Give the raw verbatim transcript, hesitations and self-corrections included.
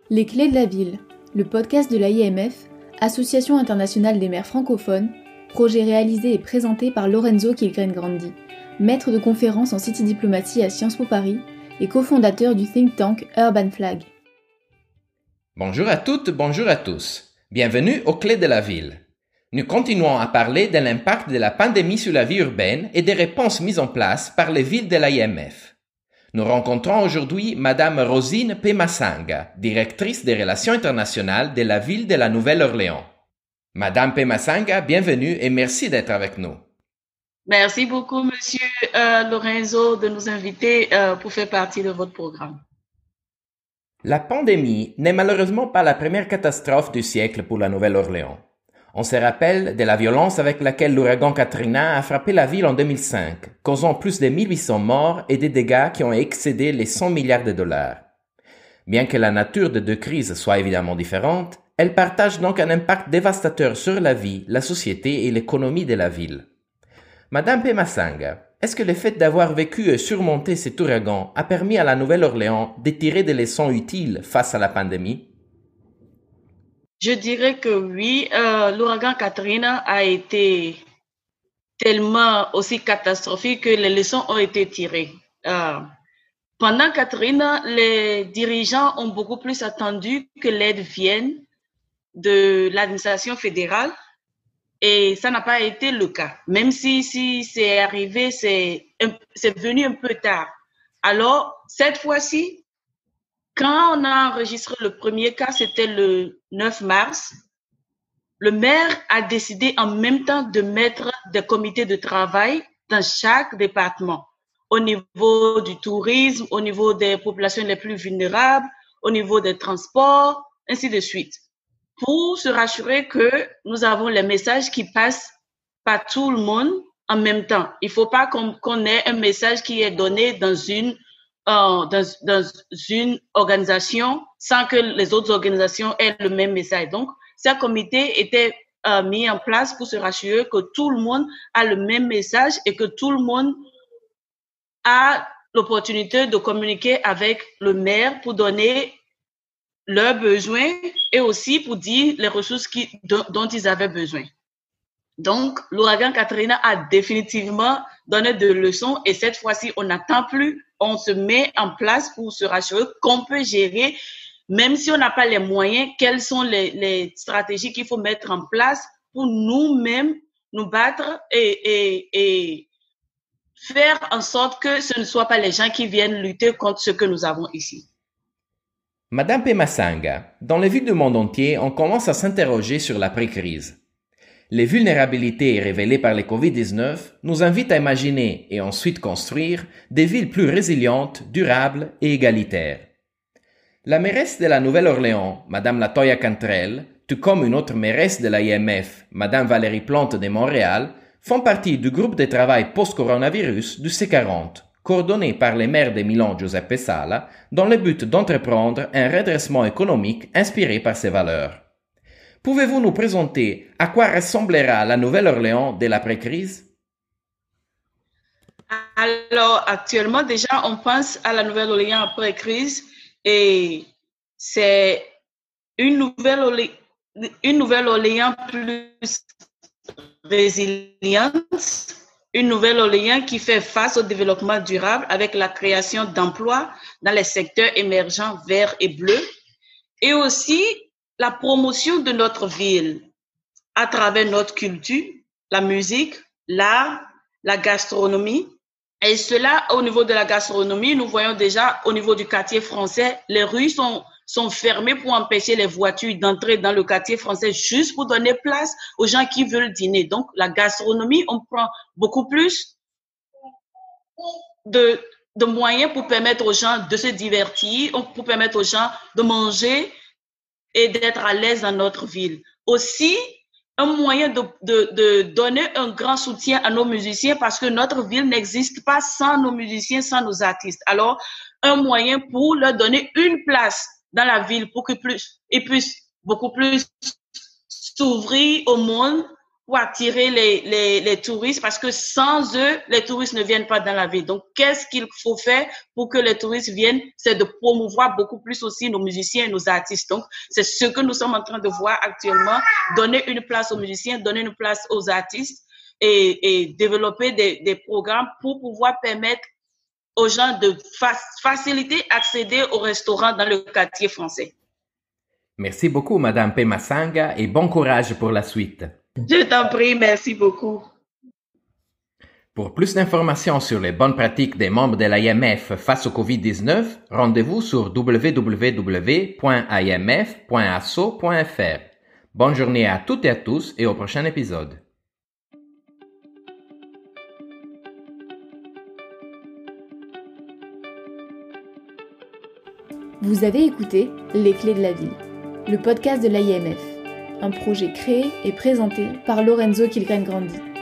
Les clés de la ville, le podcast de l'A I M F, Association internationale des maires francophones, projet réalisé et présenté par Lorenzo Kilgren-Grandi, maître de conférences en City Diplomatie à Sciences Po Paris et cofondateur du think tank Urban Flag. Bonjour à toutes, bonjour à tous. Bienvenue aux clés de la ville. Nous continuons à parler de l'impact de la pandémie sur la vie urbaine et des réponses mises en place par les villes de l'A I M F. Nous rencontrons aujourd'hui Madame Rosine Pemasanga, directrice des relations internationales de la ville de la Nouvelle-Orléans. Madame Pemasanga, bienvenue et merci d'être avec nous. Merci beaucoup, Monsieur euh, Lorenzo, de nous inviter euh, pour faire partie de votre programme. La pandémie n'est malheureusement pas la première catastrophe du siècle pour la Nouvelle-Orléans. On se rappelle de la violence avec laquelle l'ouragan Katrina a frappé la ville en deux mille cinq, causant plus de mille huit cents morts et des dégâts qui ont excédé les cent milliards de dollars. Bien que la nature des deux crises soit évidemment différente, elles partagent donc un impact dévastateur sur la vie, la société et l'économie de la ville. Madame Pemasanga, est-ce que le fait d'avoir vécu et surmonté cet ouragan a permis à la Nouvelle-Orléans de tirer des leçons utiles face à la pandémie? Je dirais que oui, euh, l'ouragan Katrina a été tellement aussi catastrophique que les leçons ont été tirées. Euh, pendant Katrina, les dirigeants ont beaucoup plus attendu que l'aide vienne de l'administration fédérale et ça n'a pas été le cas. Même si, si c'est arrivé, c'est, c'est venu un peu tard. Alors, cette fois-ci, quand on a enregistré le premier cas, c'était le neuf mars, le maire a décidé en même temps de mettre des comités de travail dans chaque département, au niveau du tourisme, au niveau des populations les plus vulnérables, au niveau des transports, ainsi de suite, pour se rassurer que nous avons les messages qui passent par tout le monde en même temps. Il ne faut pas qu'on, qu'on ait un message qui est donné dans une Euh, dans, dans une organisation sans que les autres organisations aient le même message. Donc, ce comité était euh, mis en place pour se rassurer que tout le monde a le même message et que tout le monde a l'opportunité de communiquer avec le maire pour donner leurs besoins et aussi pour dire les ressources qui, dont, dont ils avaient besoin. Donc, l'ouragan Katrina a définitivement donné des leçons et cette fois-ci, on n'attend plus, on se met en place pour se rassurer qu'on peut gérer, même si on n'a pas les moyens, quelles sont les, les stratégies qu'il faut mettre en place pour nous-mêmes nous battre et, et, et faire en sorte que ce ne soit pas les gens qui viennent lutter contre ce que nous avons ici. Madame Pemasanga, dans les villes du monde entier, on commence à s'interroger sur l'après-crise. Les vulnérabilités révélées par le covid dix-neuf nous invitent à imaginer et ensuite construire des villes plus résilientes, durables et égalitaires. La mairesse de la Nouvelle-Orléans, Madame Latoya Cantrell, tout comme une autre mairesse de l'A I M F, Madame Valérie Plante de Montréal, font partie du groupe de travail post-coronavirus du C quarante, coordonné par le maire de Milan Giuseppe Sala, dans le but d'entreprendre un redressement économique inspiré par ses valeurs. Pouvez-vous nous présenter à quoi ressemblera la Nouvelle-Orléans de l'après-crise? Alors, actuellement, déjà, on pense à la Nouvelle-Orléans après-crise et c'est une Nouvelle-Orléans, une Nouvelle-Orléans plus résiliente, une Nouvelle-Orléans qui fait face au développement durable avec la création d'emplois dans les secteurs émergents verts et bleus et aussi la promotion de notre ville à travers notre culture, la musique, l'art, la gastronomie. Et cela, au niveau de la gastronomie, nous voyons déjà au niveau du quartier français, les rues sont, sont fermées pour empêcher les voitures d'entrer dans le quartier français juste pour donner place aux gens qui veulent dîner. Donc, la gastronomie, on prend beaucoup plus de, de moyens pour permettre aux gens de se divertir, pour permettre aux gens de manger et d'être à l'aise dans notre ville. Aussi, un moyen de, de, de donner un grand soutien à nos musiciens parce que notre ville n'existe pas sans nos musiciens, sans nos artistes. Alors, un moyen pour leur donner une place dans la ville pour qu'ils puissent, ils puissent beaucoup plus s'ouvrir au monde pour attirer les, les, les touristes, parce que sans eux, les touristes ne viennent pas dans la ville. Donc, qu'est-ce qu'il faut faire pour que les touristes viennent? C'est de promouvoir beaucoup plus aussi nos musiciens et nos artistes. Donc, c'est ce que nous sommes en train de voir actuellement, donner une place aux musiciens, donner une place aux artistes et, et développer des, des programmes pour pouvoir permettre aux gens de fa- faciliter accéder aux restaurants dans le quartier français. Merci beaucoup, Madame Pema Sanga, et bon courage pour la suite. Je t'en prie, merci beaucoup. Pour plus d'informations sur les bonnes pratiques des membres de l'A M F face au covid dix-neuf, rendez-vous sur w w w point i m f point asso point f r. Bonne journée à toutes et à tous et au prochain épisode. Vous avez écouté Les Clés de la Ville, le podcast de l'A I M F, un projet créé et présenté par Lorenzo Kilgren Grandi.